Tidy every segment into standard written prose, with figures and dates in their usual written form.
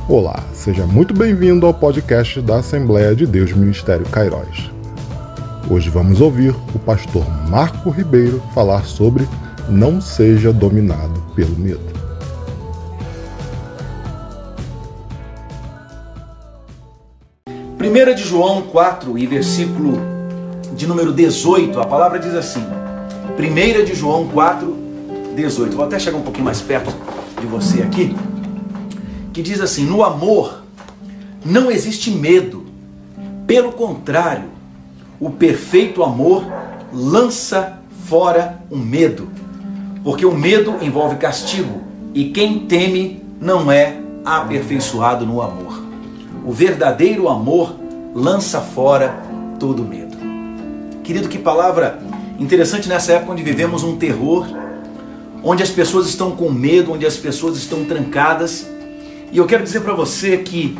Olá, seja muito bem-vindo ao podcast da Assembleia de Deus Ministério Kairos. Hoje vamos ouvir o pastor Marco Ribeiro falar sobre não seja dominado pelo medo. Primeira de João 4 e versículo de número 18, a palavra diz assim, 1 de João 4, 18, vou até chegar um pouquinho mais perto de você aqui, que diz assim, no amor não existe medo, pelo contrário, o perfeito amor lança fora o medo, porque o medo envolve castigo, e quem teme não é aperfeiçoado no amor. O verdadeiro amor lança fora todo medo. Querido, que palavra interessante nessa época onde vivemos um terror, onde as pessoas estão com medo, onde as pessoas estão trancadas. E eu quero dizer para você que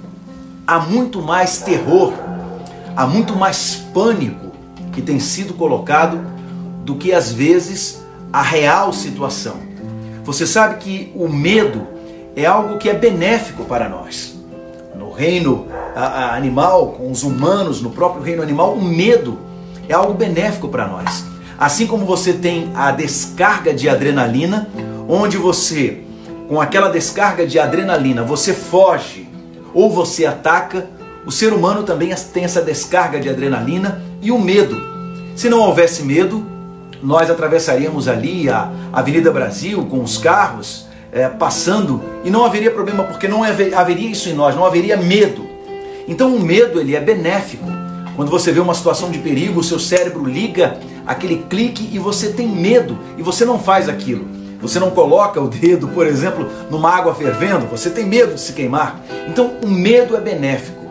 há muito mais terror, há muito mais pânico que tem sido colocado do que às vezes a real situação. Você sabe que o medo é algo que é benéfico para nós. No reino animal, com os humanos, no próprio reino animal, o medo é algo benéfico para nós. Assim como você tem a descarga de adrenalina, onde você, com aquela descarga de adrenalina, você foge ou você ataca, o ser humano também tem essa descarga de adrenalina e o medo. Se não houvesse medo, nós atravessaríamos ali a Avenida Brasil com os carros passando e não haveria problema, porque não haveria isso em nós, não haveria medo. Então o medo ele é benéfico. Quando você vê uma situação de perigo, o seu cérebro liga aquele clique e você tem medo e você não faz aquilo. Você não coloca o dedo, por exemplo, numa água fervendo, você tem medo de se queimar. Então o medo é benéfico,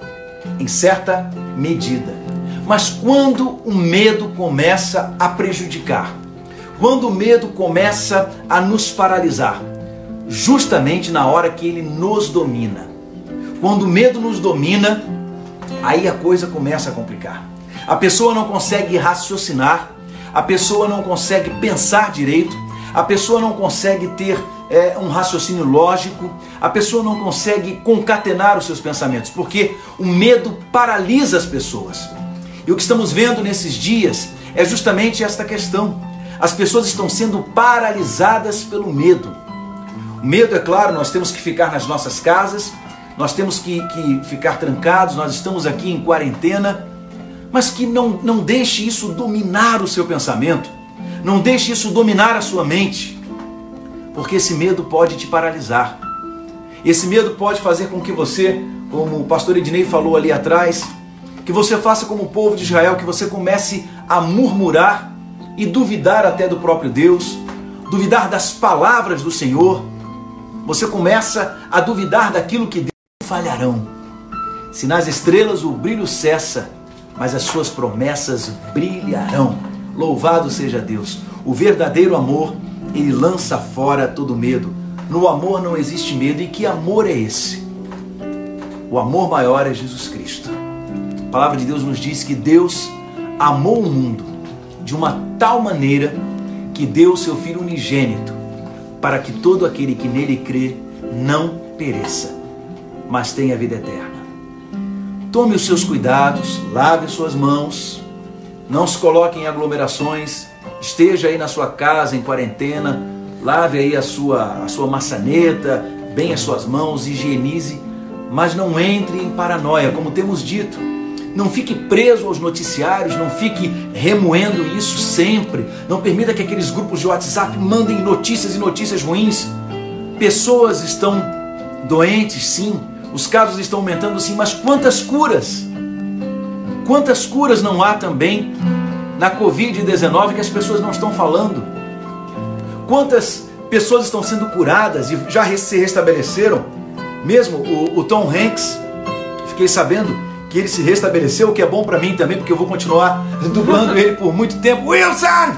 em certa medida. Mas quando o medo começa a prejudicar, quando o medo começa a nos paralisar, justamente na hora que ele nos domina, quando o medo nos domina, aí a coisa começa a complicar. A pessoa não consegue raciocinar, a pessoa não consegue pensar direito, a pessoa não consegue ter um raciocínio lógico, a pessoa não consegue concatenar os seus pensamentos, porque o medo paralisa as pessoas. E o que estamos vendo nesses dias é justamente esta questão. As pessoas estão sendo paralisadas pelo medo. O medo, é claro, nós temos que ficar nas nossas casas, nós temos que ficar trancados, nós estamos aqui em quarentena, mas que não deixe isso dominar o seu pensamento, não deixe isso dominar a sua mente, porque esse medo pode te paralisar. Esse medo pode fazer com que você, como o pastor Ednei falou ali atrás, que você faça como o povo de Israel, que você comece a murmurar e duvidar até do próprio Deus, duvidar das palavras do Senhor. Você começa a duvidar daquilo que Deus falharão. Se nas estrelas o brilho cessa, mas as suas promessas brilharão. Louvado seja Deus. O verdadeiro amor, ele lança fora todo medo. No amor não existe medo. E que amor é esse? O amor maior é Jesus Cristo. A palavra de Deus nos diz que Deus amou o mundo de uma tal maneira que deu o seu Filho unigênito para que todo aquele que nele crê não pereça, mas tenha vida eterna. Tome os seus cuidados, lave suas mãos, não se coloque em aglomerações, esteja aí na sua casa em quarentena, lave aí a sua maçaneta, bem as suas mãos, higienize, mas não entre em paranoia, como temos dito. Não fique preso aos noticiários, não fique remoendo isso sempre. Não permita que aqueles grupos de WhatsApp mandem notícias e notícias ruins. Pessoas estão doentes, sim. Os casos estão aumentando, sim. Mas quantas curas? Quantas curas não há também na Covid-19 que as pessoas não estão falando? Quantas pessoas estão sendo curadas e já se restabeleceram? Mesmo o Tom Hanks, fiquei sabendo que ele se restabeleceu, o que é bom para mim também, porque eu vou continuar dublando ele por muito tempo. Wilson!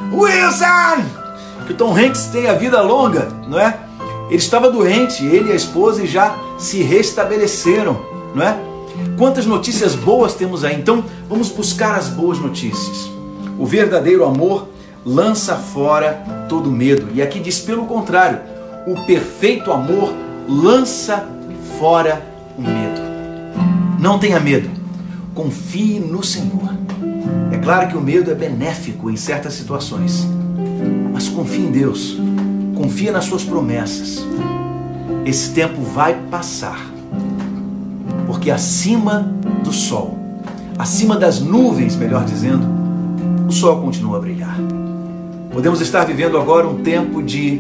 Que o Tom Hanks tem a vida longa, não é? Ele estava doente, ele e a esposa, e já se restabeleceram, não é? Quantas notícias boas temos aí. Então, vamos buscar as boas notícias. O verdadeiro amor lança fora todo medo. E aqui diz, pelo contrário, o perfeito amor lança fora o medo. Não tenha medo. Confie no Senhor. É claro que o medo é benéfico em certas situações, mas confie em Deus. Confia nas suas promessas. Esse tempo vai passar, porque acima do sol, acima das nuvens, melhor dizendo, o sol continua a brilhar. Podemos estar vivendo agora um tempo de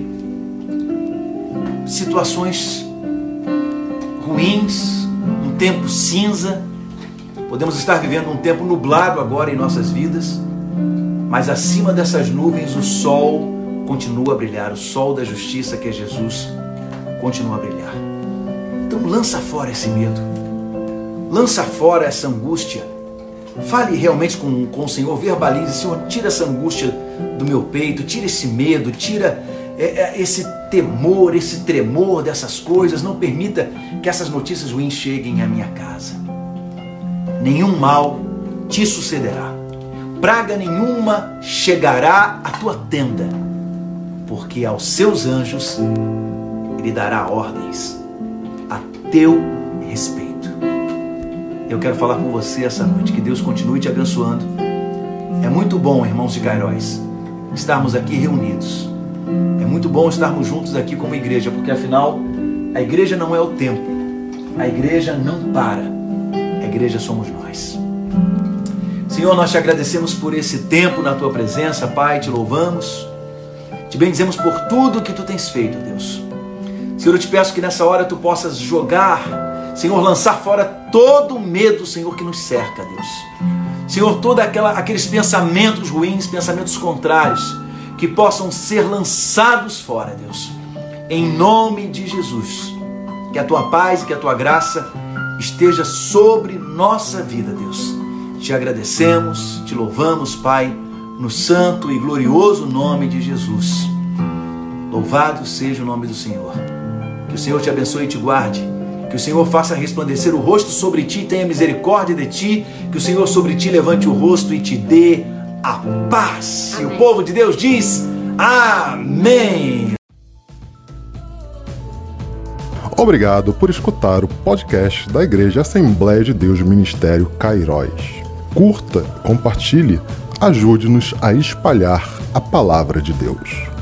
situações ruins, um tempo cinza. Podemos estar vivendo um tempo nublado agora em nossas vidas, mas acima dessas nuvens o sol continua a brilhar, o sol da justiça, que é Jesus, continua a brilhar. Então lança fora esse medo, lança fora essa angústia. Fale realmente com o Senhor, verbalize: Senhor, tira essa angústia do meu peito, tira esse medo, tira esse temor, esse tremor dessas coisas. Não permita que essas notícias ruins cheguem à minha casa. Nenhum mal te sucederá, praga nenhuma chegará à tua tenda, porque aos seus anjos Ele dará ordens a teu respeito. Eu quero falar com você essa noite, que Deus continue te abençoando. É muito bom, irmãos de Cairóis, estarmos aqui reunidos. É muito bom estarmos juntos aqui como igreja, porque afinal, a igreja não é o templo, a igreja não para, a igreja somos nós. Senhor, nós te agradecemos por esse tempo na tua presença, Pai, te louvamos, te bendizemos por tudo que tu tens feito, Deus. Senhor, eu te peço que nessa hora tu possas jogar, Senhor, lançar fora todo o medo, Senhor, que nos cerca, Deus. Senhor, todos aqueles pensamentos ruins, pensamentos contrários, que possam ser lançados fora, Deus. Em nome de Jesus, que a tua paz e que a tua graça esteja sobre nossa vida, Deus. Te agradecemos, te louvamos, Pai, no santo e glorioso nome de Jesus. Louvado seja o nome do Senhor. Que o Senhor te abençoe e te guarde. Que o Senhor faça resplandecer o rosto sobre ti e tenha misericórdia de ti. Que o Senhor sobre ti levante o rosto e te dê a paz. Amém. E o povo de Deus diz: amém. Obrigado por escutar o podcast da Igreja Assembleia de Deus Ministério Cairóis. Curta, compartilhe, ajude-nos a espalhar a palavra de Deus.